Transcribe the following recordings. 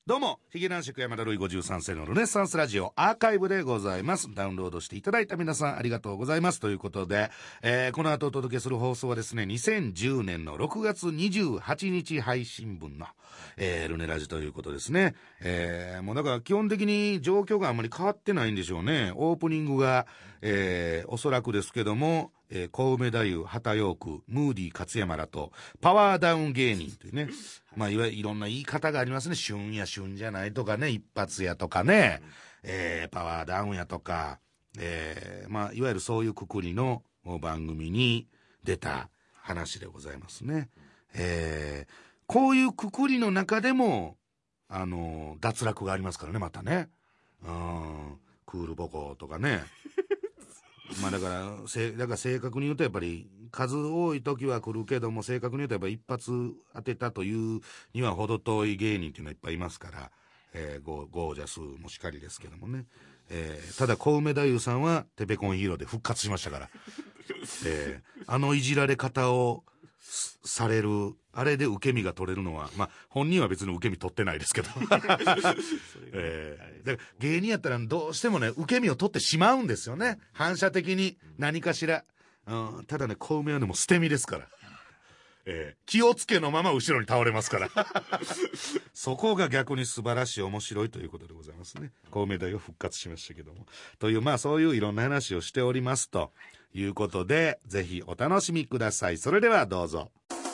どうもヒゲ男爵山田るい53世のルネッサンスラジオアーカイブでございます。ダウンロードしていただいた皆さんありがとうございますということで、この後お届けする放送はですね、2010年の6月28日配信分の、ルネラジということですね。もうだから基本的に状況があんまり変わってないんでしょうね。オープニングが、おそらくですけども、小梅太夫、畑陽区、ムーディー勝山らとパワーダウン芸人というね、まあいわゆるいろんな言い方がありますね。旬や旬じゃないとかね、一発やとかね、パワーダウンやとか、まあいわゆるそういうくくりの番組に出た話でございますね。こういうくくりの中でも脱落がありますからね、またね。クールボコとかね。まあだから正確に言うとやっぱり数多い時は来るけども、正確に言うとやっぱり一発当てたというには程遠い芸人っていうのはいっぱいいますから、ゴージャスもしかりですけどもね、ただ小梅太夫さんはテペコンヒーローで復活しましたから、いじられ方をされるあれで受け身が取れるのは、まあ本人は別に受け身取ってないですけどだから芸人やったらどうしてもね受け身を取ってしまうんですよね、反射的に何かしら、ただね小梅はねもう捨て身ですから、気をつけのまま後ろに倒れますからそこが逆に素晴らしい面白いということでございますね。小梅太夫復活しましたけども、というまあそういういろんな話をしておりますということで、ぜひお楽しみください。それではどうぞ。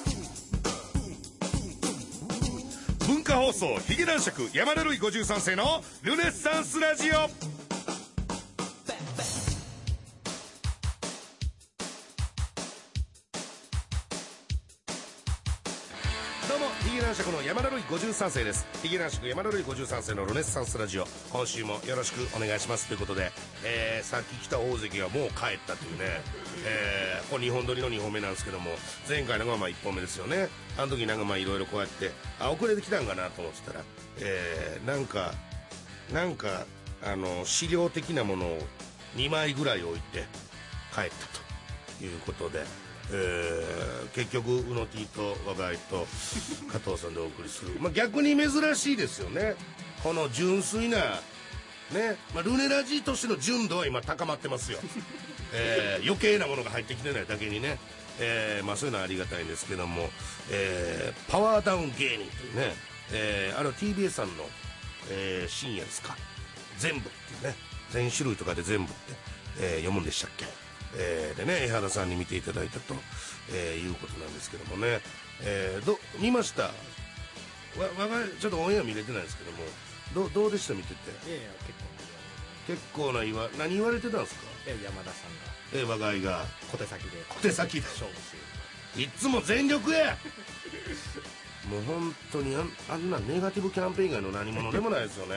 文化放送ヒゲ男爵山田るい53世のルネッサンスラジオ。どうもヒゲ男爵の山田るい53世です。ヒゲ男爵山田るい53世のルネッサンスラジオ、今週もよろしくお願いしますということで、さっき来た大関がもう帰ったというね、これ2本撮りの2本目なんですけども、前回のがまあ1本目ですよね。あの時なんかまあいろいろこうやって遅れてきたんかなと思ってたら、なんか資料的なものを2枚ぐらい置いて帰ったということで、結局うの T と我が家と加藤さんでお送りする、まあ、逆に珍しいですよね、この純粋なね、まあ、ルネラジとしての純度は今高まってますよ、余計なものが入ってきてないだけにね、まあそういうのはありがたいんですけども、パワーダウン芸人というね、あれは TBS さんの、深夜ですか、全部っていうね、全種類とかで全部って、読むんでしたっけ、でね江原さんに見ていただいたと、いうことなんですけどもね、見ました？我がちょっとオンエア見れてないですけども、どうでした？見てて。 いや結構な何言われてたんですか？ 山田さんが我が家が小手先で勝負する、いつも全力やもう本当にあんなネガティブキャンペーン以外の何者でもないですよね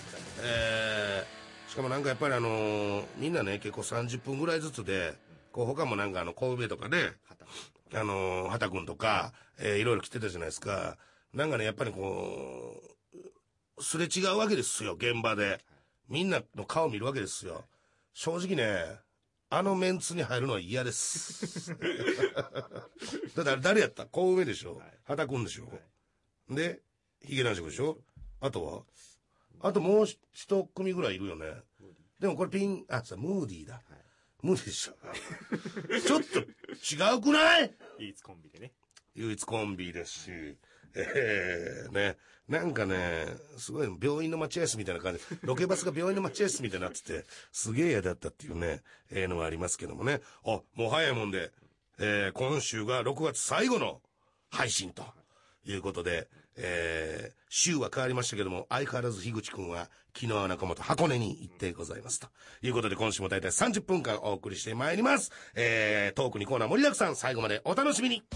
しかもなんかやっぱりみんなね結構30分ぐらいずつで、こう他もなんか小梅とかね、畑君とか、いろいろ来てたじゃないですか。なんかねやっぱりこうすれ違うわけですよ、現場でみんなの顔見るわけですよ。正直ねメンツに入るのは嫌ですだって誰やった？小梅でしょ、畑君でしょ、でヒゲ男爵でしょ、あともう一組ぐらいいるよね。でもこれムーディーだ、ムーディーでしょちょっと違うくない？ 唯一コンビでね、 唯一コンビですし、ね、なんかねすごい病院の待合室みたいな感じ、ロケバスが病院の待合室みたいになっててすげえ嫌だったっていうね、のはありますけどもね。もう早いもんで、今週が6月最後の配信ということで、週は変わりましたけども、相変わらず樋口くんは昨日は仲間と箱根に行ってございますということで、今週も大体30分間お送りしてまいります。トークにコーナー盛りだくさん、最後までお楽しみに。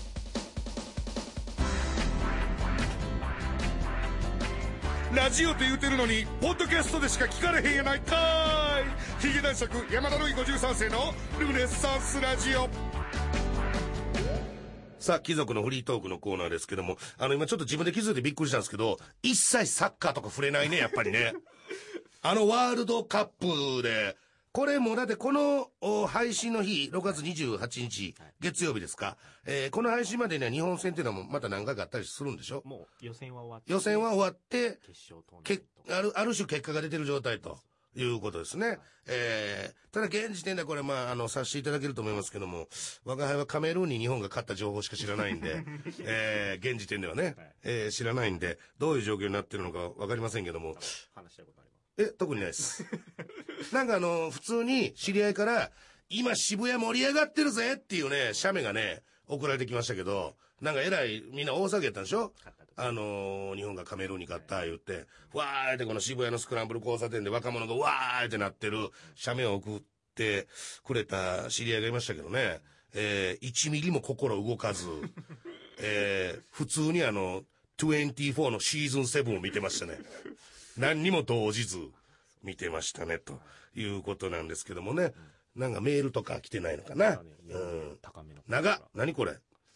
ラジオって言うてるのにポッドキャストでしか聞かれへんやないかーい。ヒゲ男爵山田るい53世のルネッサンスラジオ。さあ貴族のフリートークのコーナーですけども、今ちょっと自分で気づいてびっくりしたんですけど、一切サッカーとか触れないね、やっぱりねワールドカップでこれもだってこの配信の日、6月28日、 はい月曜日ですか、この配信までには日本戦っていうのもまた何回かあったりするんでしょ。 もう予選は終わって。 予選は終わって、 決勝トーナメント。 ある種結果が出てる状態ということですね。はい、ただ現時点ではこれ察していただけると思いますけども、我が輩はカメルーンに日本が勝った情報しか知らないんで、現時点ではね、はい、知らないんで、どういう状況になってるのかわかりませんけども。 話したことあります。 特にないです。なんか普通に知り合いから、今渋谷盛り上がってるぜっていうね、写メがね、送られてきましたけど、なんかみんな大騒ぎやったんでしょ。日本がカメルーンに勝った言って、わーってこの渋谷のスクランブル交差点で若者がわーってなってる写メを送ってくれた知り合いがいましたけどね、1ミリも心動かず、普通に24のシーズン7を見てましたね。何にも動じず見てましたね、ということなんですけどもね。なんかメールとか来てないのかな。何これ。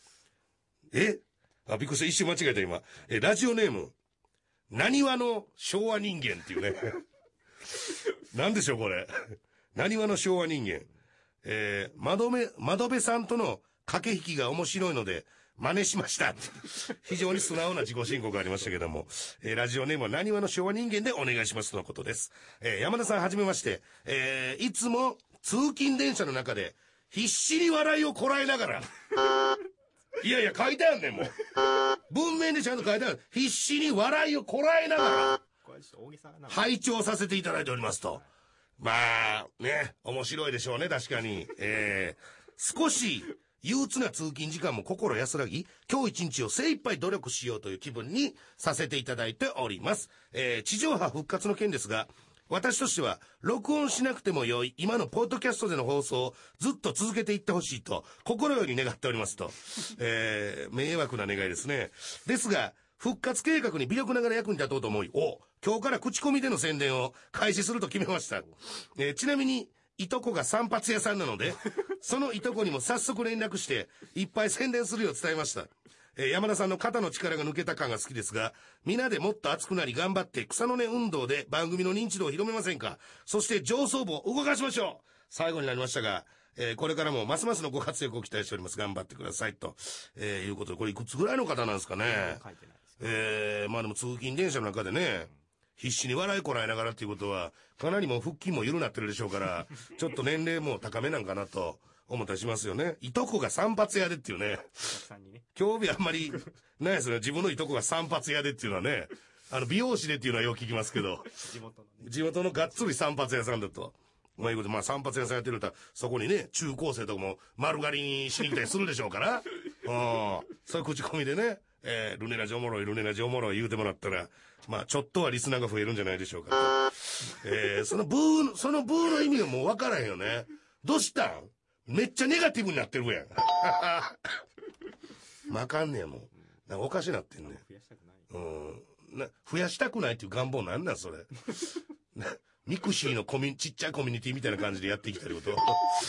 びっくりした。一瞬間違えた今。ラジオネーム、なにわの昭和人間っていうね。なんでしょうこれ。なにわの昭和人間。窓辺さんとの駆け引きが面白いので、真似しました。非常に素直な自己申告がありましたけども、ラジオネームはなにわの昭和人間でお願いしますとのことです。山田さんはじめまして、いつも通勤電車の中で必死に笑いをこらえながら、いやいや書いてあんねんもう。文面でちゃんと書いてある。必死に笑いをこらえながら、拝聴させていただいておりますと。まあ、ね、面白いでしょうね、確かに。少し、憂鬱な通勤時間も心安らぎ、今日一日を精一杯努力しようという気分にさせていただいております。地上波復活の件ですが、私としては、録音しなくてもよい、今のポッドキャストでの放送をずっと続けていってほしいと、心より願っておりますと。迷惑な願いですね。ですが、復活計画に微力ながら役に立とうと思い、今日から口コミでの宣伝を開始すると決めました。ちなみに、いとこが散髪屋さんなので、そのいとこにも早速連絡して、いっぱい宣伝するよう伝えました。山田さんの肩の力が抜けた感が好きですが、皆でもっと熱くなり頑張って草の根運動で番組の認知度を広めませんか。そして上層部を動かしましょう。最後になりましたが、これからもますますのご活躍を期待しております。頑張ってくださいと、いうことで、これいくつぐらいの方なんですかね。 書いてないです。 まあでも通勤電車の中でね、必死に笑いこらえながらっていうことは、かなりもう腹筋も緩なってるでしょうから、ちょっと年齢も高めなんかなと思ったりしますよね。いとこが散髪屋でっていうね。興味あんまりないですよね。自分のいとこが散髪屋でっていうのはね、美容師でっていうのはよく聞きますけど、地元のがっつり散髪屋さんだと。まあいうことで、散髪屋さんやってるんだったら、そこにね、中高生とかも丸刈りにしに来たりするでしょうから、そういう口コミでね、ルネラジおもろい、ルネラジおもろい言うてもらったら、まあちょっとはリスナーが増えるんじゃないでしょうかと。そのブーの意味がもう分からへんよね。どうしたん？めっちゃネガティブになってるやん。まあかんねやもん。なんかおかしなってんねん。増やしたくないっていう願望なんなんそれ。ミクシーのちっちゃいコミュニティみたいな感じでやっていきたいこと。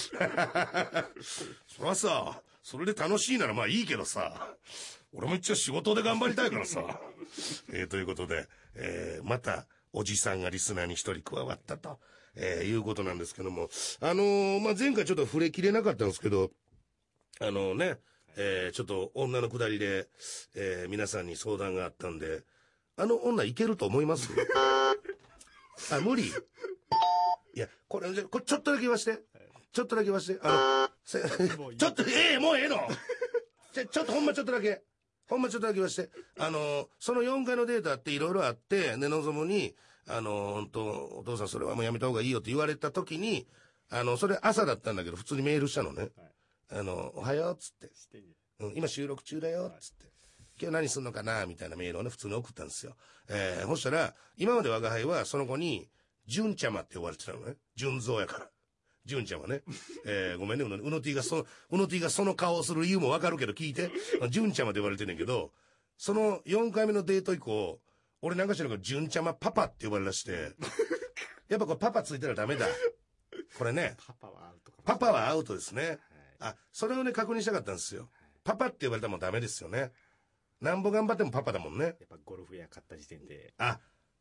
そらさ、それで楽しいならまあいいけどさ、俺も一応仕事で頑張りたいからさ。ということで、またおじさんがリスナーに一人加わったと、いうことなんですけども、まあ前回ちょっと触れきれなかったんですけど、ちょっと女のくだりで、皆さんに相談があったんで、女いけると思います？無理？いや、これちょっとだけ言わして。ちょっとだけ言わして。ちょっと、もうええのちょっとほんまちょっとだけ言わして。その4回のデータっていろいろあって、ね、のぞむに、お父さんそれはもうやめた方がいいよって言われた時に、それ朝だったんだけど、普通にメールしたのね。おはようっつって。今収録中だよっつって。今日何すんのかなみたいなメールをね、普通に送ったんですよ。そしたら、今まで我が輩はその子に、純ちゃまって呼ばれてたのね。純蔵やから。純ちゃまね。ごめんね、うの T がその顔をする理由もわかるけど聞いて。純ちゃまって呼ばれてんねんけど、その4回目のデート以降、俺なんか知らんけど、純ちゃまパパって呼ばれらして、やっぱこれパパついたらダメだ。これね。パパはアウトですね。それをね、確認したかったんですよ。パパって呼ばれたらもうダメですよね。なんぼ頑張ってもパパだもんね。 やっぱゴルフ屋買った時点で。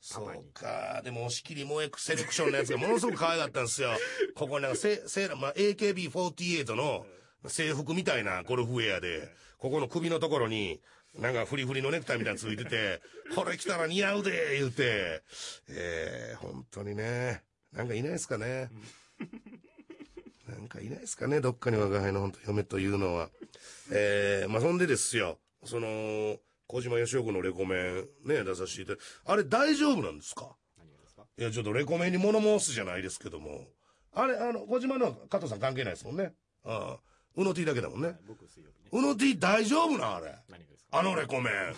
そうか。でも、押切萌えセレクションのやつがものすごく可愛かったんですよ。ここになんかまあ、AKB48 の制服みたいなゴルフウェアで、ここの首のところに、なんかフリフリのネクタイみたいなのついてて、これ着たら似合うで言うて、本当にね、なんかいないですかね。なんかいないですかね、どっかに我が輩の本当嫁というのは。まあ、そんでですよ、小島よしお君のレコメンね、出させていただいて、あれ大丈夫なんですか？ 何がですか？ いや、ちょっとレコメンに物申すじゃないですけども。あれ、小島の加藤さん関係ないですもんね。ああ。うの T だけだもんね。 僕水曜日ね。 うの T 大丈夫なあれ。 何がですか？ あのレコメン。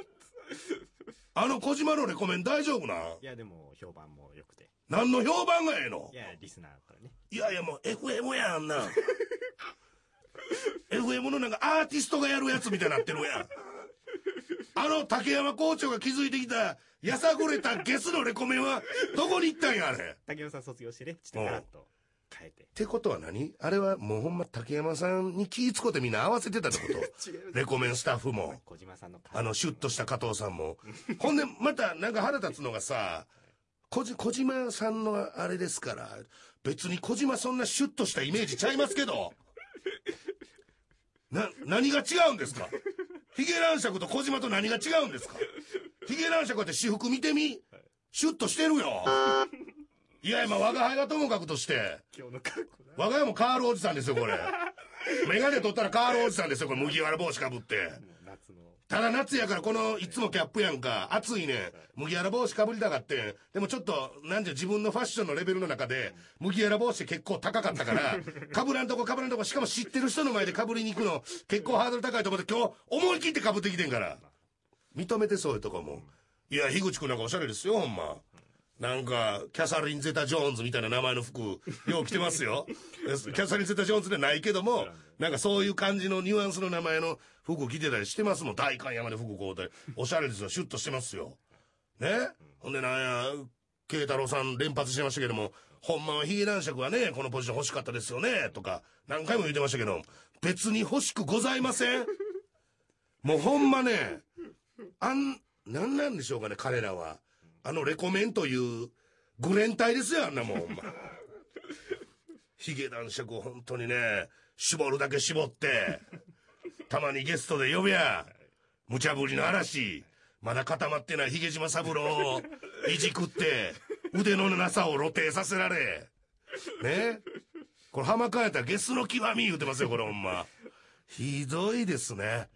小島のレコメン大丈夫な？ いや、でも評判も良くて。 何の評判がええの？ いや、リスナーからね。 いやいや、もう FM やんな。FM のなんかアーティストがやるやつみたいになってるやん。竹山校長が築いてきたやさぐれたゲスのレコメンはどこに行ったんやあれ。 竹山さん卒業してね、ちょっとガラッと変えて。 ってことは何？あれはもうほんま竹山さんに気ぃつこてみんな合わせてたってこと？ 違う。 レコメンスタッフも。 小島さんのシュッとした加藤さんも。ほんで、またなんか腹立つのがさ、小島さんのあれですから、別に小島そんなシュッとしたイメージちゃいますけど。何が違うんですか？ヒゲ男爵と小島と何が違うんですか？ヒゲ男爵って私服見てみ、シュッとしてるよ。いや、今我が輩はともかくとして、 今日の格好我が家もカールおじさんですよ、これ。メガネ取ったらカールおじさんですよ、これ麦わら帽子かぶって。 夏の。 ただ夏やからこのいつもキャップやんか。暑いね。麦わら帽子かぶりたがって。でもちょっと、自分のファッションのレベルの中で、麦わら帽子結構高かったから、かぶらんとこ、しかも知ってる人の前でかぶりに行くの、結構ハードル高いところで今日思い切ってかぶってきてんから。認めてそういうとこも。いや、樋口くんなんかおしゃれですよ、ほんま。なんか、キャサリン・ゼタ・ジョーンズみたいな名前の服、よう着てますよ。キャサリン・ゼタ・ジョーンズではないけども、なんかそういう感じのニュアンスの名前の服着てたりしてますもん。代官山で服買うて。おしゃれですよ。シュッとしてますよ。ね、ほんでなんや、慶太郎さん連発してましたけども、ほんまはヒゲ男爵はね、このポジション欲しかったですよね、とか、何回も言ってましたけど、別に欲しくございません。もうほんまね、なんなんでしょうかね、彼らは。レコメンというグレン隊ですよ、あんなもん。ヒゲ男爵を本当にね、絞るだけ絞って、たまにゲストで呼びゃ、無茶ぶりの嵐、まだ固まってないヒゲ島三郎をいじくって、腕のなさを露呈させられ、ね。これ浜川やったらゲスの極み言うてますよ、これほんま。ひどいですね。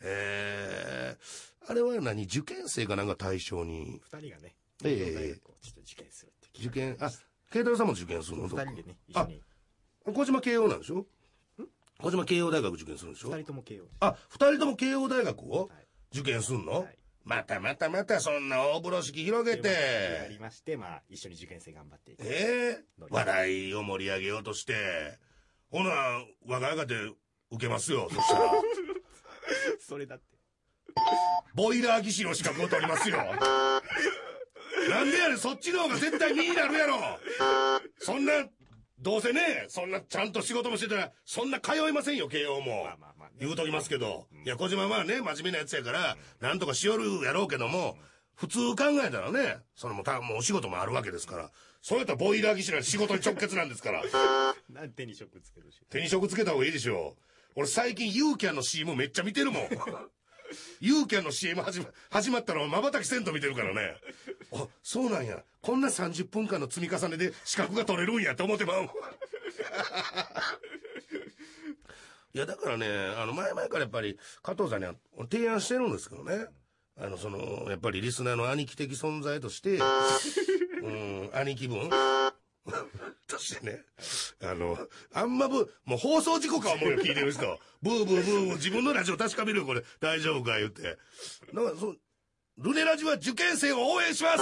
あれは受験生かなんか対象に。 二人がね、 ちょっと受験するって受験、慶太郎さんも受験するの？ 二人でね、一緒に。 小島慶応なんでしょ？小島慶応大学受験するんでしょ？ 二人とも慶応。 二人とも慶応大学を受験するの？またそんな大風呂敷広げて。 やりまして、一緒に受験生頑張っていて。 話題を盛り上げようとして。ほな、我が家がで受けますよ、そしたら。 それだって。 ボイラー技師の資格を取りますよ。なんでやねん、そっちの方が絶対身になるやろ。そんな、どうせね、そんなちゃんと仕事もしてたら、そんな通いませんよ、慶応も。言うときますけど。いや、小島はね、真面目なやつやから、なんとかしよるやろうけども、普通考えたらね、もうお仕事もあるわけですから、そうやったらボイラー技師なんて仕事に直結なんですから。 なん手に職つけるし。 手に職つけた方がいいでしょう。俺最近ユーキャンの CM めっちゃ見てるもん。ユーキャンの CM 始まったのを瞬きせんと見てるからね。あ、そうなんや。こんな30分間の積み重ねで資格が取れるんやって思ってまう。いや、だからね、前々からやっぱり加藤さんには提案してるんですけどね。やっぱりリスナーの兄貴的存在として、兄貴分としてね、あんまもう放送事故か思うよ、聞いてる人。ブーブーブー、自分のラジオ確かめるよ、これ。大丈夫か言って。なんか、ルネラジは受験生を応援します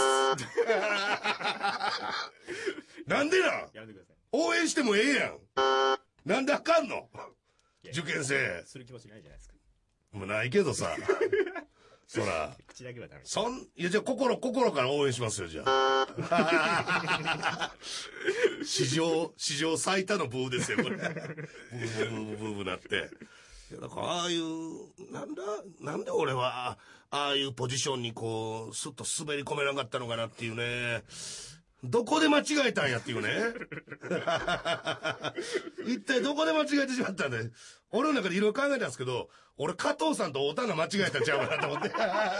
なんでなんやめてください。 応援してもええやん。なんであかんの受験生。 する気持ちないじゃないですか。 もうないけどさ。そら。 口だけはダメ。 いや、じゃあ心から応援しますよ、じゃあ。史上最多のブーですよ、これ。ブーブーブーブーブーなって。 だからああいうなんで俺はああいうポジションにこうスッと滑り込めなかったのかなっていうね。どこで間違えたんやっていうね。一体どこで間違えてしまったんだよ。俺の中でいろいろ考えたんですけど、俺加藤さんと太田が間違えたんちゃうかなと思って。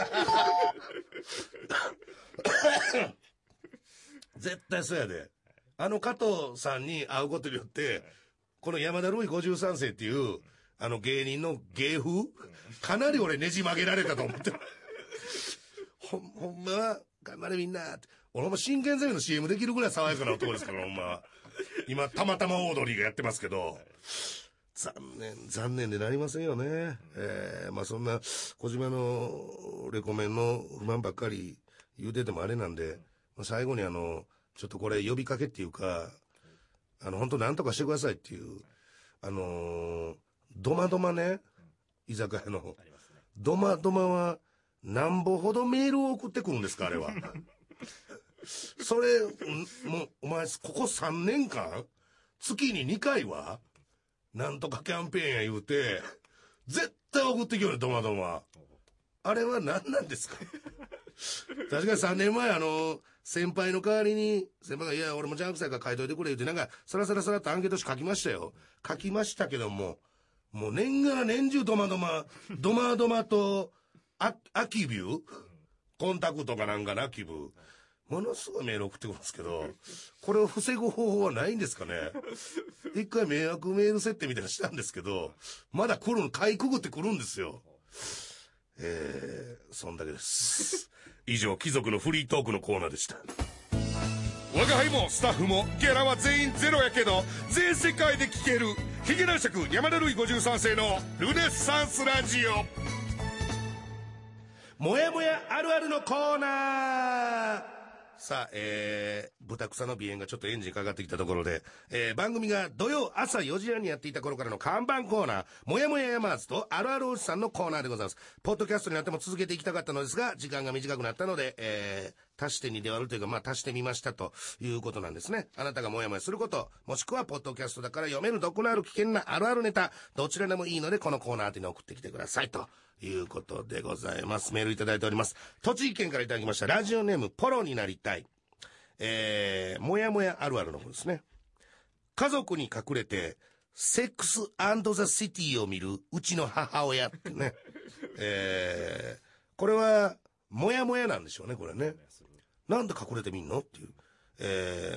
絶対そうやで。加藤さんに会うことによって、この山田ルイ53世っていう芸人の芸風、かなり俺ねじ曲げられたと思ってる。ほんまは頑張れみんなって。俺も真剣ゼミの CM できるぐらい爽やかな男ですから、ほんまは。今、たまたまオードリーがやってますけど、残念でなりませんよね。まあそんな、小島のレコメンの不満ばっかり言うててもあれなんで、最後にちょっとこれ呼びかけっていうか、本当なんとかしてくださいっていう、ドマドマね、居酒屋の、ドマドマは、なんぼほどメールを送ってくるんですか、あれは。それ、もう、お前、ここ3年間、月に2回は、なんとかキャンペーンや言うて、絶対送ってきよる、ドマドマ。あれは何なんですか？確かに3年前、先輩の代わりに、先輩が、いや、俺もジャンクさんから書いといてくれ言うて、なんか、サラサラとアンケート紙書きましたよ。書きましたけども、もう年がら年中ドマドマと、アキビューコンタクトかなんかな、アキビュー。ものすごいメール送ってくるんですけど、これを防ぐ方法はないんですかね。一回迷惑メール設定みたいなのしたんですけど、まだ来るの、かいくぐってくるんですよ。そんだけです。以上、貴族のフリートークのコーナーでした。我が輩もスタッフもギャラは全員ゼロやけど、全世界で聴けるヒゲ男爵山田ルイ53世のルネッサンスラジオ。もやもやあるあるのコーナー。さあ、豚草の鼻炎がちょっとエンジンかかってきたところで、番組が土曜朝4時半にやっていた頃からの看板コーナー、もやもやヤマーズとあるあるおじさんのコーナーでございます。ポッドキャストになっても続けていきたかったのですが、時間が短くなったので、足して2で割るというか、まあ足してみましたということなんですね。あなたがもやもやすること、もしくはポッドキャストだから読める毒のある危険なあるあるネタ、どちらでもいいので、このコーナー宛てに送ってきてくださいということでございます。メールいただいております。栃木県からいただきました。ラジオネームポロになりたい。もやもやあるあるの方ですね。家族に隠れてセックス&ザ・シティを見るうちの母親ってね。これはもやもやなんでしょうね、これね。なんで隠れてみんのっていう。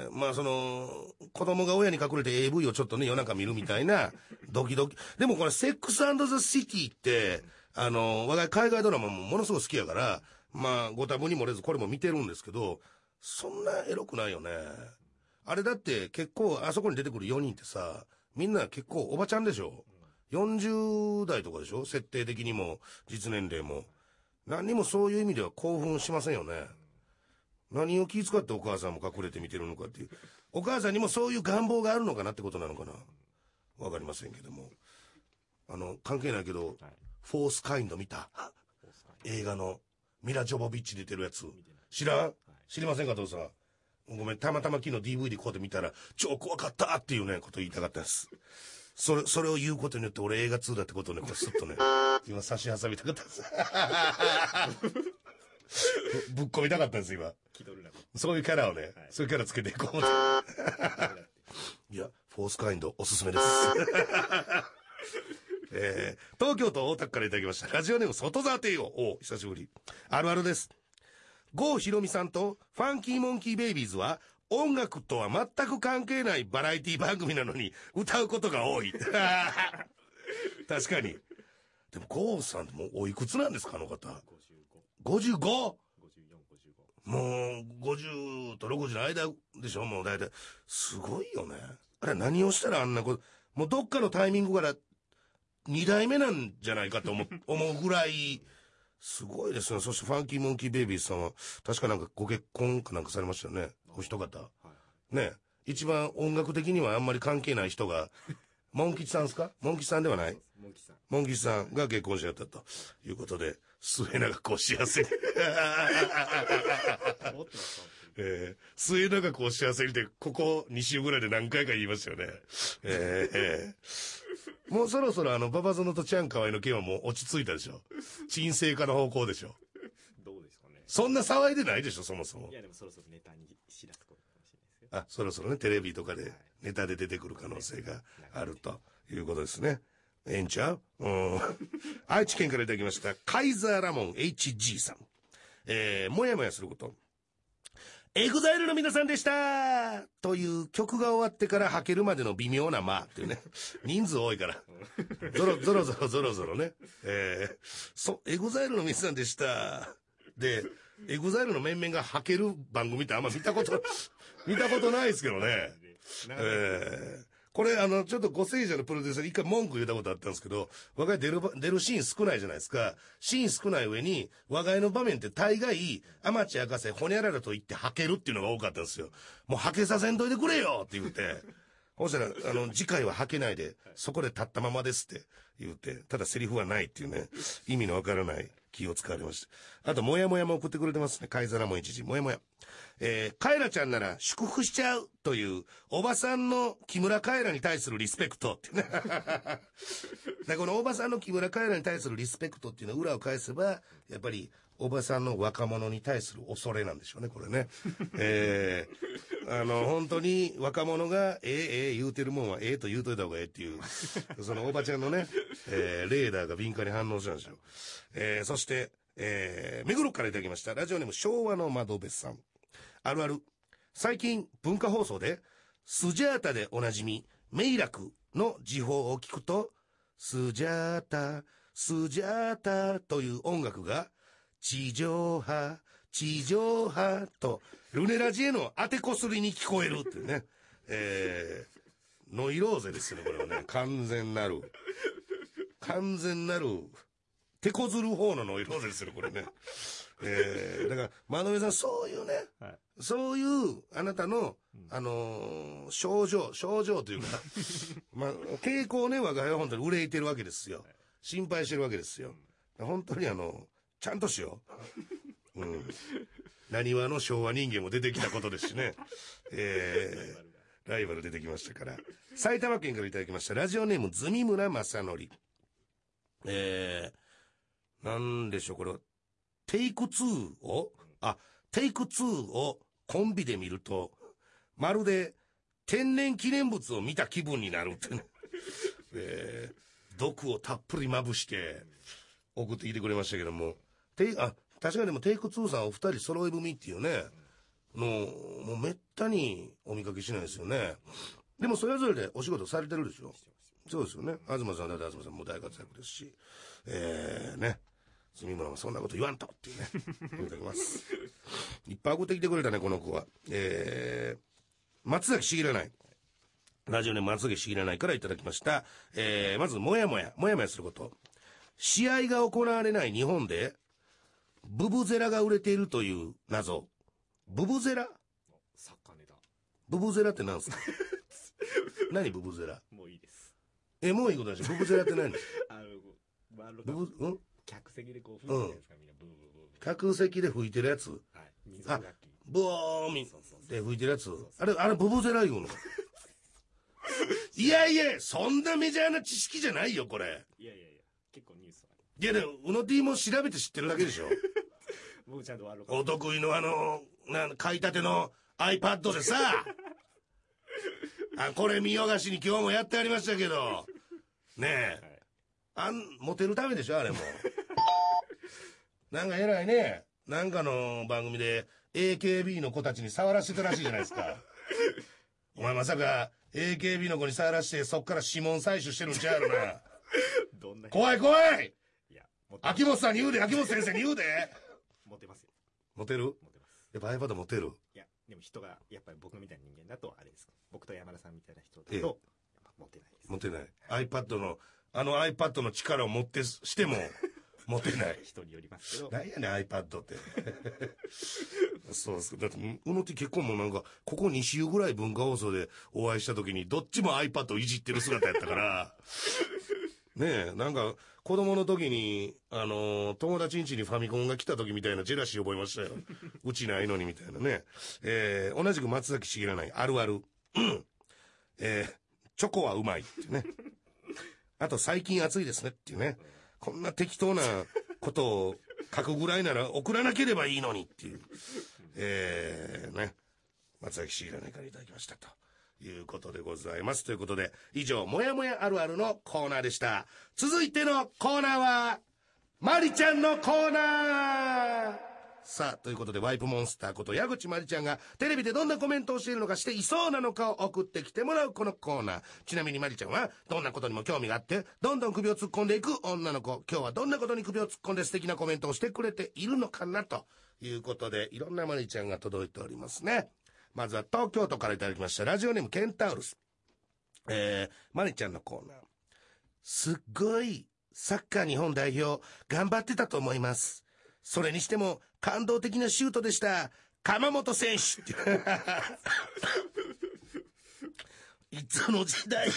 まあその子供が親に隠れて AV をちょっとね夜中見るみたいなドキドキ。でもこれセックス&ザ・シティって我が海外ドラマもものすごい好きやから、まあご多分に漏れずこれも見てるんですけど、そんなエロくないよね。あれだって結構あそこに出てくる4人ってさ、みんな結構おばちゃんでしょ。40代とかでしょ、設定的にも実年齢も。何にもそういう意味では興奮しませんよね。何を気遣ってお母さんも隠れて見てるのかっていう。お母さんにもそういう願望があるのかなってことなのかな。わかりませんけども。関係ないけど、フォースカインド見た？映画のミラ・ジョボビッチ出てるやつ。知らん？知りませんか、父さん。ごめん、たまたま昨日 DVD こうで見たら、超怖かったっていうね、こと言いたかったです。それを言うことによって俺映画2だってことをね、これスッとね、今差し挟みたかったです。ぶっ込みたかったんです、今。そういうキャラをね、そういうキャラつけていこうと。いや、フォースカインドおすすめです。東京都大田区からいただきました。ラジオネーム外沢帝王。お久しぶり。あるあるです。郷ひろみさんとファンキーモンキーベイビーズは音楽とは全く関係ないバラエティ番組なのに歌うことが多い。確かに。でも郷さんってもうおいくつなんですか、あの方。55？ もう50と60の間でしょ、もう大体。すごいよね。あれ何をしたらあんなこと、もうどっかのタイミングから2代目なんじゃないかと思うぐらい、すごいですね。そしてファンキーモンキーベイビーズさんは確かなんかご結婚かなんかされましたよね、お一方。ね、一番音楽的にはあんまり関係ない人が、モン吉さんですか？モン吉さんではない？モン吉さんが結婚しやったということで、末永くお幸せに。末永くお幸せにって、ここ2週ぐらいで何回か言いましたよね。 もうそろそろババゾノとチャンカワイの件はもう落ち着いたでしょ。沈静化の方向でしょ。 どうですかね。 そんな騒いでないでしょ、そもそも。 いやでもそろそろネタにしだすことかもしれないですよ。 あ、そろそろね、テレビとかでネタで出てくる可能性があるということですね。ええんちゃう？うん。愛知県からいただきました、カイザーラモン HG さん。もやもやすること。エグザイルの皆さんでしたという曲が終わってから履けるまでの微妙な間っていうね。人数多いから。ゾロゾロね。エグザイルの皆さんでした。で、エグザイルの面々が履ける番組ってあんま見たことないですけどね。これちょっとご聖者のプロデューサーで一回文句言ったことあったんですけど、我が家出るシーン少ないじゃないですか。シーン少ない上に、我が家の場面って大概、アマチュア博士、ホニャララと言って履けるっていうのが多かったんですよ。もう履けさせんといてくれよって言って。そしたら、次回は履けないで、そこで立ったままですって言って、ただセリフはないっていうね、意味のわからない気を使われました。あと、もやもやも送ってくれてますね。カイザラも一時、もやもや。カエラちゃんなら祝福しちゃうという、おばさんの木村カエラに対するリスペクトってね。このおばさんの木村カエラに対するリスペクトっていうのを裏を返せば、やっぱり、おばさんの若者に対する恐れなんでしょうね、これね。本当に若者が、言うてるもんはと言うといた方がっていう、そのおばちゃんのね、レーダーが敏感に反応したんですよ。そして、目黒からいただきました。ラジオネーム昭和の窓辺さん。あるある。最近、文化放送で、スジャータでおなじみ、メイラクの時報を聞くと、スジャータという音楽が、地上波と、ルネラジへの当てこすりに聞こえるっていうね。ノイローゼですよね、これはね。完全なる、手こずる方のノイローゼですよ、これね。だから、窓辺さん、そういうね、はい、そういう、あなたの、症状というか、傾向ね、我が家は本当に憂いてるわけですよ。心配してるわけですよ。本当にちゃんとしよう。うん。何話の昭和人間も出てきたことですしね。ライバル出てきましたから。埼玉県からいただきました。ラジオネーム、ズミ村正則。なんでしょう、これは。テイク2をコンビで見ると、まるで天然記念物を見た気分になるってね。毒をたっぷりまぶして送ってきてくれましたけども。確かにでもテイク2さんお二人揃い踏みっていうね、もうめったにお見かけしないですよね。でもそれぞれでお仕事されてるでしょ。そうですよね。東さんだって東さんも大活躍ですし、ね。住村もそんなこと言わんとっていうね。いただきます。いっぱい送ってきてくれたね、この子は。松崎しぎらない。ラジオネーム松崎しぎらないからいただきました。まず、もやもやすること。試合が行われない日本で、ブブゼラが売れているという謎。ブブゼラ？ サッカーネタ。 ブブゼラって何すか？何ブブゼラ？ もういいです。 もういいことないでしょ。ブブゼラって何？ 客席でこう吹いてるやつか、みんなブーブーブー。 客席で吹いてるやつ？はい。 水楽器。 ブーンって吹いてるやつ？あれブブゼラ言うの？いや、そんなメジャーな知識じゃないよ、これ。 いや、結構ニュースある。 いや、でも、うの T も調べて知ってるだけでしょ。 僕ちゃんとお得意の買いたての iPad でさ、これ見よがしに今日もやってありましたけど、ねえ、はい、モテるためでしょ、あれも。なんか偉いね。なんかの番組で AKB の子たちに触らせてたらしいじゃないですか。お前まさか AKB の子に触らせてそっから指紋採取してるんちゃうやろな。 どんな怖い。いや、秋元さんに言うで、秋元先生に言うで。 モテますよ。 モテる？モテます。やっぱ iPad モテる？ いや、でも人が、やっぱり僕みたいな人間だとあれです。僕と山田さんみたいな人だと、モテないです。 モテない。iPad の、iPad の力を持ってしても、モテない。 人によりますけど。 何やねん iPad って。そうです。だって、うのて結婚もなんか、ここ2週ぐらい文化放送でお会いした時に、どっちも iPad をいじってる姿やったから、ねえ、なんか、子供の時に、友達ん家にファミコンが来た時みたいなジェラシー覚えましたよ。うちないのにみたいなね。同じく松崎しげらない、あるある。チョコはうまいってね。 あと最近暑いですねっていうね。こんな適当なことを書くぐらいなら送らなければいいのにっていう。ね。松崎しいらないからいただきましたということでございます。ということで、以上、もやもやあるあるのコーナーでした。続いてのコーナーは、まりちゃんのコーナー。さあ、ということで、ワイプモンスターこと矢口まりちゃんがテレビでどんなコメントをしているのか、していそうなのかを送ってきてもらうこのコーナー。ちなみにまりちゃんはどんなことにも興味があってどんどん首を突っ込んでいく女の子。今日はどんなことに首を突っ込んで素敵なコメントをしてくれているのかなということで、いろんなまりちゃんが届いておりますね。まずは東京都からいただきましたラジオネームケンタウルス。まりちゃんのコーナー。すっごいサッカー日本代表頑張ってたと思います。それにしても感動的なシュートでした。鎌本選手いつの時代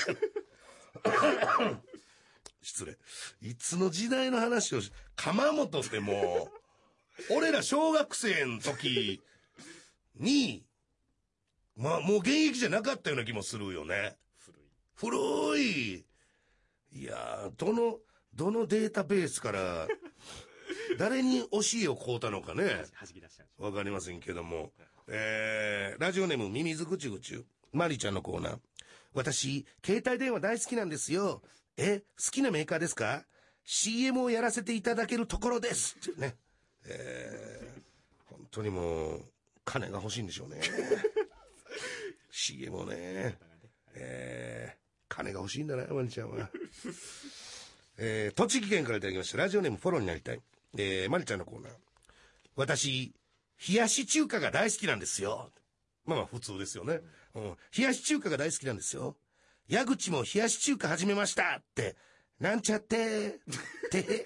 失礼。いつの時代の話を鎌本ってもう俺ら小学生の時にまあもう現役じゃなかったような気もするよね。古い。いやー、どのデータベースから誰に教えを請うたのかねわかりませんけども、ラジオネームミミズぐちぐちマリちゃんのコーナー。私携帯電話大好きなんですよ。好きなメーカーですか？ CM をやらせていただけるところですってね。本当にもう金が欲しいんでしょうねCM をね。金が欲しいんだなマリちゃんは栃木県からいただきましたラジオネームフォローになりたい。マリちゃんのコーナー。私冷やし中華が大好きなんですよ。まあ普通ですよね、冷やし中華が大好きなんですよ。矢口も冷やし中華始めましたってなんちゃってって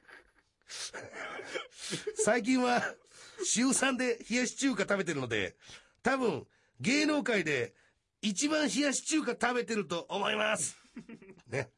最近は週3で冷やし中華食べてるので多分芸能界で一番冷やし中華食べてると思いますね。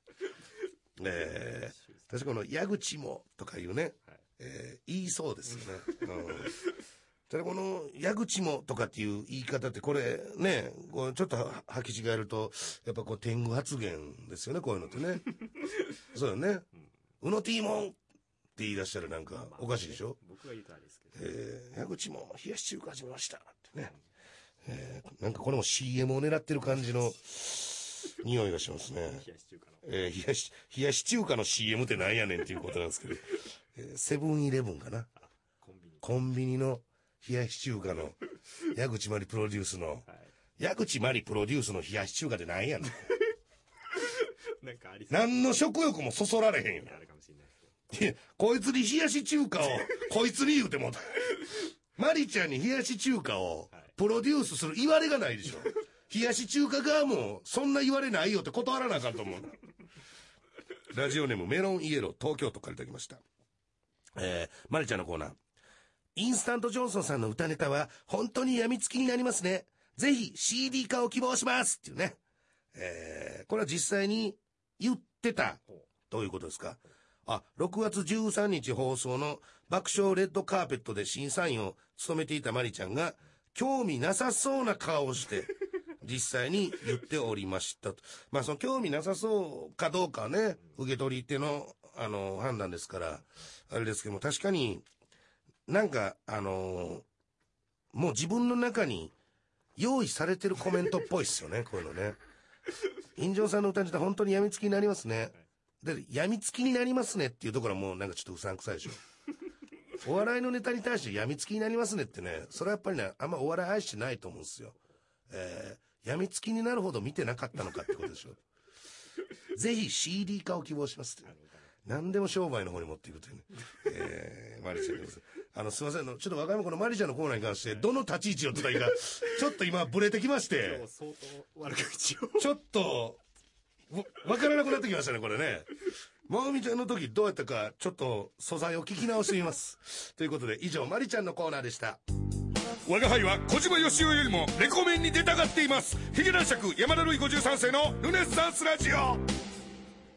確かこの矢口もとかいうね、言いそうですよね、ただこの矢口もとかっていう言い方ってこれね、こうちょっと履き違えるとやっぱこう天狗発言ですよね、こういうのってねそうよね、うのティーモンって言い出したらなんかおかしいでしょ。 僕が言うとあれですけど、 矢口も冷やし中華始めましたってね、なんかこれも CM を狙ってる感じの匂いがしますね。 冷やし中華の、 冷やし中華の CM ってなんやねんっていうことなんですけど、セブンイレブンかな、コンビニの冷やし中華の矢口まりプロデュースの、矢口まりプロデュースの冷やし中華ってなんやねんなんかありそう。 何の食欲もそそられへんよ。 あるかもしれないですけど、 こいつに冷やし中華をこいつに言うてもマリちゃんに冷やし中華をプロデュースする言われがないでしょ。冷やし中華側もそんな言われないよって断らなあかんと思う。ラジオネームメロンイエロー東京都からいただきました。マリちゃんのコーナー。インスタントジョンソンさんの歌ネタは本当に病みつきになりますね。ぜひ CD 化を希望しますっていうね。これは実際に言ってたどういうことですか。6月13日放送の爆笑レッドカーペットで審査員を務めていたマリちゃんが興味なさそうな顔をして実際に言っておりましたと。まあその興味なさそうかどうかはね、受け取り手の判断ですからあれですけども、確かになんかもう自分の中に用意されてるコメントっぽいっすよねこういうのね。印象さんの歌自体本当に病みつきになりますね。で病みつきになりますねっていうところはもうなんかちょっとうさんくさいでしょ。お笑いのネタに対して病みつきになりますねってね、それはやっぱりねあんまお笑い愛してないと思うんですよ。病みつきになるほど見てなかったのかってことでしょ。ぜひ CD 化を希望しますって、何でも商売の方に持っていくというね。マリちゃんです。すいません、ちょっと若い子のマリちゃんのコーナーに関してどの立ち位置を取ったらいいかちょっと今ブレてきまして、 相当悪口をちょっとわからなくなってきましたねこれね。まおみちゃんの時どうやったかちょっと素材を聞き直してみますということで以上マリちゃんのコーナーでした。我が輩は小島よしおよりもレコメンに出たがっています。ヒゲ男爵山田るい53世のルネッサンスラジオ。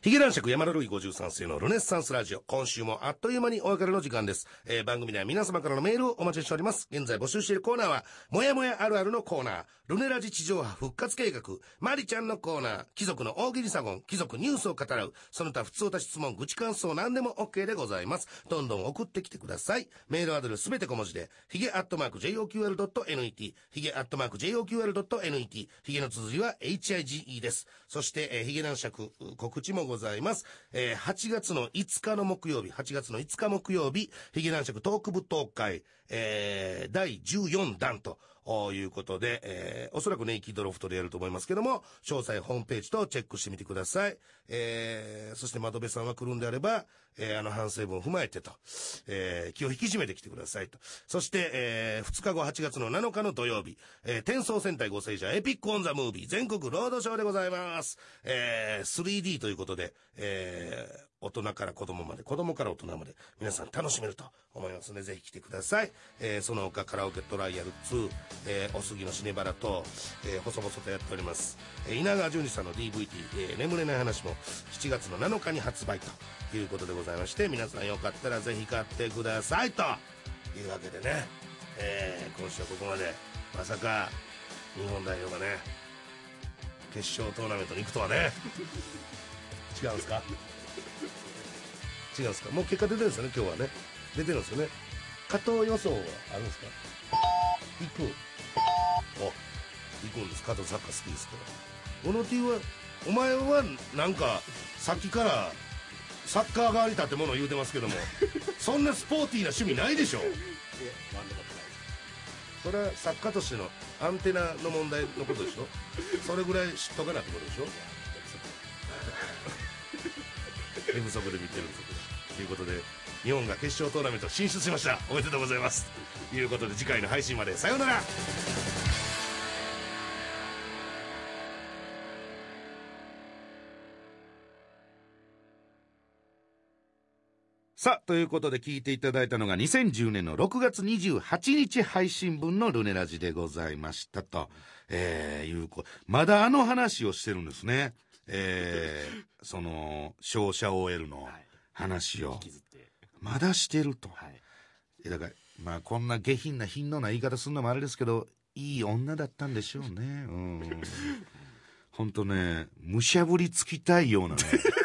ヒゲ男爵山田ルイ53世のルネッサンスラジオ。今週もあっという間にお別れの時間です。番組では皆様からのメールをお待ちしております。現在募集しているコーナーは、もやもやあるあるのコーナー、ルネラジ地上波復活計画、マリちゃんのコーナー、貴族の大喜利サゴン、貴族ニュースを語らう、その他普通た質問、愚痴感想何でも OK でございます。どんどん送ってきてください。メールアドレスすべて小文字で、ヒゲ@joqr.net、ヒゲ@joqr.net、ヒゲの綴りは HIGE です。そして、ヒゲ男爵告知もございます。8月の5日木曜日、ヒゲ男爵トーク舞踏会、第14弾ということで、おそらくネイキッドロフトでやると思いますけども、詳細ホームページとチェックしてみてください。そして窓辺さんは来るんであれば、反省文を踏まえてと、気を引き締めてきてくださいと。そして、2日後8月の7日の土曜日、転送戦隊ご聖者エピックオンザムービー全国ロードショーでございます。3D ということで、大人から子供まで、子供から大人まで皆さん楽しめると思いますので、ぜひ来てください。その他カラオケトライアル2、お杉のシネバラと、細々とやっております。稲川淳二さんの DVD、眠れない話も7月の7日に発売ということでございまして、皆さんよかったらぜひ買ってくださいというわけでね、今週はここまで。まさか日本代表がね決勝トーナメントに行くとはね。違うんですか？違うんですか？もう結果出てるんですよね、今日はね。出てるんですよね。加藤予想はあるんですか？行くんです。加藤サッカー好きですから。小野 T は、お前はなんかさっきからサッカー側に立て物を言うてますけどもそんなスポーティーな趣味ないでしょ。それは作家としてのアンテナの問題のことでしょ。それぐらい知っとかなってことでしょ。寝不足で見てるということで、日本が決勝トーナメント進出しました。おめでとうございますということで、次回の配信までさようなら。 さあ、ということで聞いていただいたのが2010年の6月28日配信分のルネラジでございましたと、まだあの話をしてるんですね。その勝者 OL の話をまだしてると、だからまあこんな下品な品のない言い方するのもあれですけど、いい女だったんでしょうね。ほんとね、むしゃぶりつきたいようなね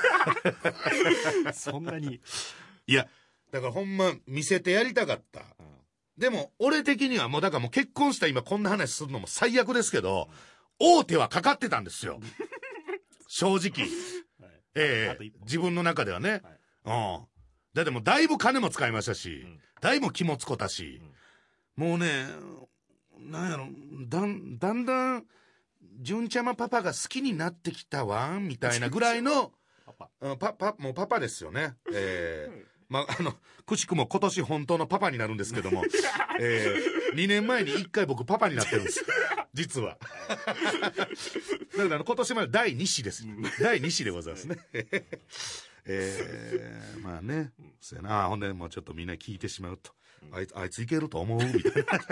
そんなに。 いやだからほんま見せてやりたかった、でも俺的にはもうだからもう結婚した今こんな話するのも最悪ですけど、大手はかかってたんですよ正直、自分の中ではね、だってもうだいぶ金も使いましたし、だいぶ気もつこたし、もうね、なんやろ、だんだん純ちゃまパパが好きになってきたわみたいなぐらいのもうパパですよね。まあ、くしくも今年本当のパパになるんですけども、2年前に1回僕パパになってるんです実はだから今年まで第2子です、第2子でございますねまあね、そうやな。ほんでもうちょっとみんな聞いてしまうと、あいついけると思うみたいな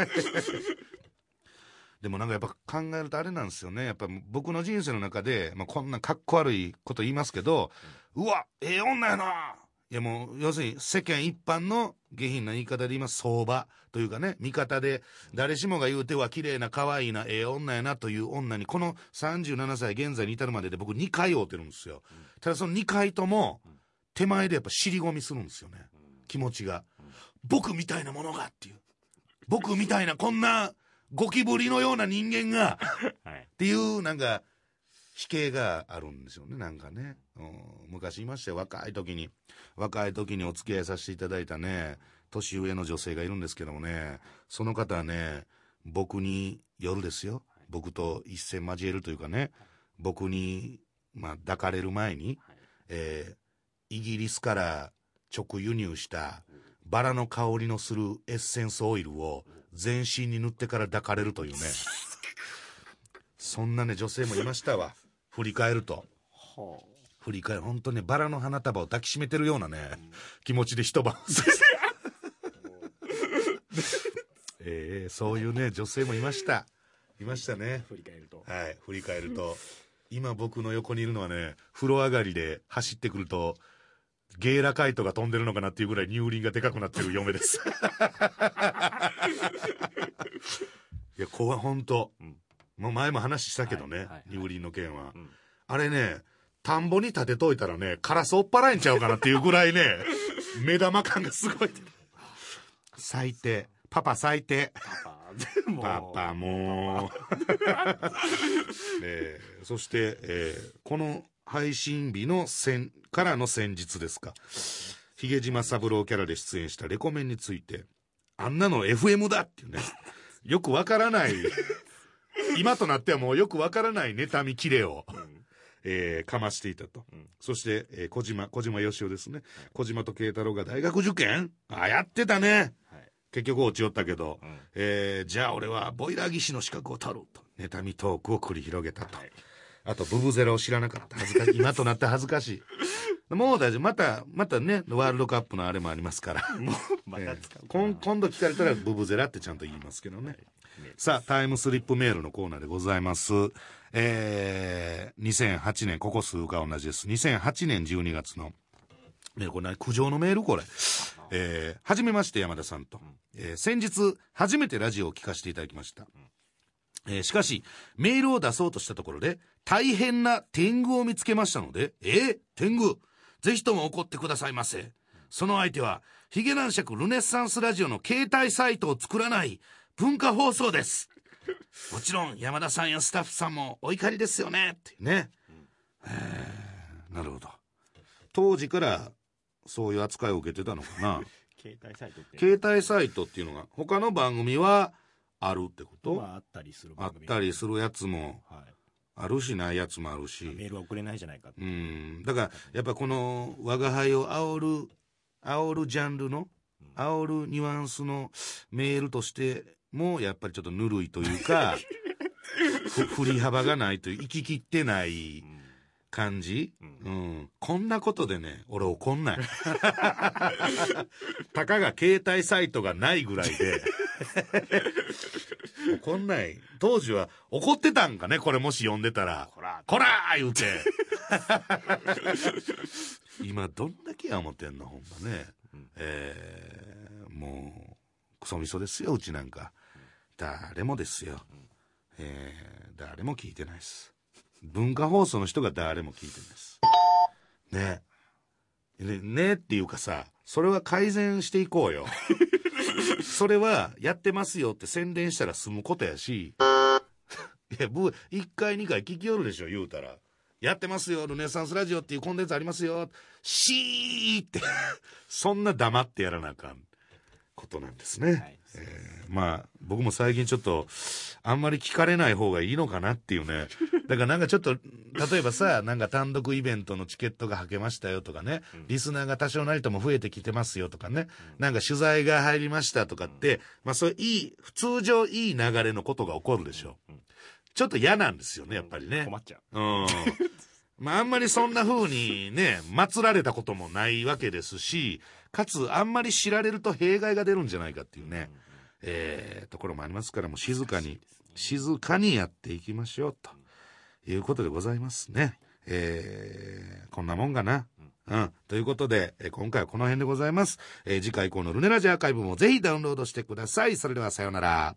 でもなんかやっぱ考えるとあれなんですよね。やっぱ僕の人生の中で、まあ、こんなかっこ悪いこと言いますけど、うわ、女やな。いやもう要するに世間一般の下品な言い方で言います相場というかね、見方で誰しもが言うては綺麗な可愛いな女やなという女に、この37歳現在に至るまでで僕2回会うてるんですよ。ただその2回とも手前でやっぱ尻込みするんですよね、気持ちが。僕みたいなものがっていう、僕みたいなこんなゴキブリのような人間がっていうなんか否定があるんですよね。なんかね、昔いましたよ、若い時にお付き合いさせていただいたね、年上の女性がいるんですけどもね、その方はね、僕に夜ですよ、僕と一戦交えるというかね、僕にまあ抱かれる前に、イギリスから直輸入したバラの香りのするエッセンスオイルを全身に塗ってから抱かれるというねそんなね女性もいましたわ。振り返ると、本当にね、バラの花束を抱きしめてるようなね、気持ちで一晩そういうね女性もいましたね。 振り返ると、 はい、振り返ると今僕の横にいるのはね、風呂上がりで走ってくるとゲイラカイトが飛んでるのかなっていうぐらい乳輪がでかくなってる嫁ですいやこれほんと、もう前も話したけどね、乳輪の件は、あれね、田んぼに立てといたらね、カラス追っ払えんちゃうかなっていうぐらいね目玉感がすごい最低、パパ最低、パパもうそして、この配信日のからの先日ですか、髭島三郎キャラで出演したレコメンについて、あんなの FM だっていうね、よくわからない今となってはもうよくわからない妬みキレを、かましていたと、そして、小島よしおですね、小島と慶太郎が大学受験やってたね、結局落ちよったけど、じゃあ俺はボイラー技師の資格を取ると妬みトークを繰り広げたと、あとブブゼラを知らなかった、恥ずかしい今となって恥ずかしいもう大丈夫、またねワールドカップのあれもありますからもうまた使う今度聞かれたらブブゼラってちゃんと言いますけどね、さあタイムスリップメールのコーナーでございます。2008年、ここ数が同じです。2008年12月のこれ苦情のメールこれ、はじめまして山田さんと、先日初めてラジオを聞かせていただきました、しかしメールを出そうとしたところで大変な天狗を見つけましたので、天狗ぜひとも怒ってくださいませ。その相手はヒゲ男爵ルネッサンスラジオの携帯サイトを作らない文化放送です。もちろん山田さんやスタッフさんもお怒りですよねってね、なるほど、当時からそういう扱いを受けてたのかな携帯サイトって携帯サイトっていうのが他の番組はあるってこと、 あったりする番組、あったりするやつもあるし、ないやつもあるし、 メールは送れないじゃないかって、 だからやっぱこの我が輩を煽るジャンルの煽るニュアンスのメールとしてもやっぱりちょっとぬるいというか振り幅がないという、行き切ってない感じ、こんなことでね俺怒んないたかが携帯サイトがないぐらいで怒んない。当時は怒ってたんかね、これもし読んでたらこらー言うて今どんだけや思ってんのほんまね、もうクソみそですようちなんか、誰もですよ、誰も聞いてないです。文化放送の人が誰も聞いてないですねっていうかさ、それは改善していこうよそれはやってますよって宣伝したら済むことやし、いや1回2回聞きよるでしょ言うたら、やってますよルネサンスラジオっていうコンテンツありますよシーってそんな黙ってやらなあかんことなんですね、まあ僕も最近ちょっとあんまり聞かれない方がいいのかなっていうね、だからなんかちょっと例えばさ、なんか単独イベントのチケットがはけましたよとかね、リスナーが多少なりとも増えてきてますよとかね、なんか取材が入りましたとかって、まあそう通常いい流れのことが起こるでしょ、ちょっと嫌なんですよねやっぱりね、 困っちゃう、 まああんまりそんな風にね祀られたこともないわけですし、かつあんまり知られると弊害が出るんじゃないかっていうね、ところもありますから、もう静かにやっていきましょうということでございますね。こんなもんかな、ということで、今回はこの辺でございます。次回以降のルネラジアーカイブもぜひダウンロードしてください。それではさようなら。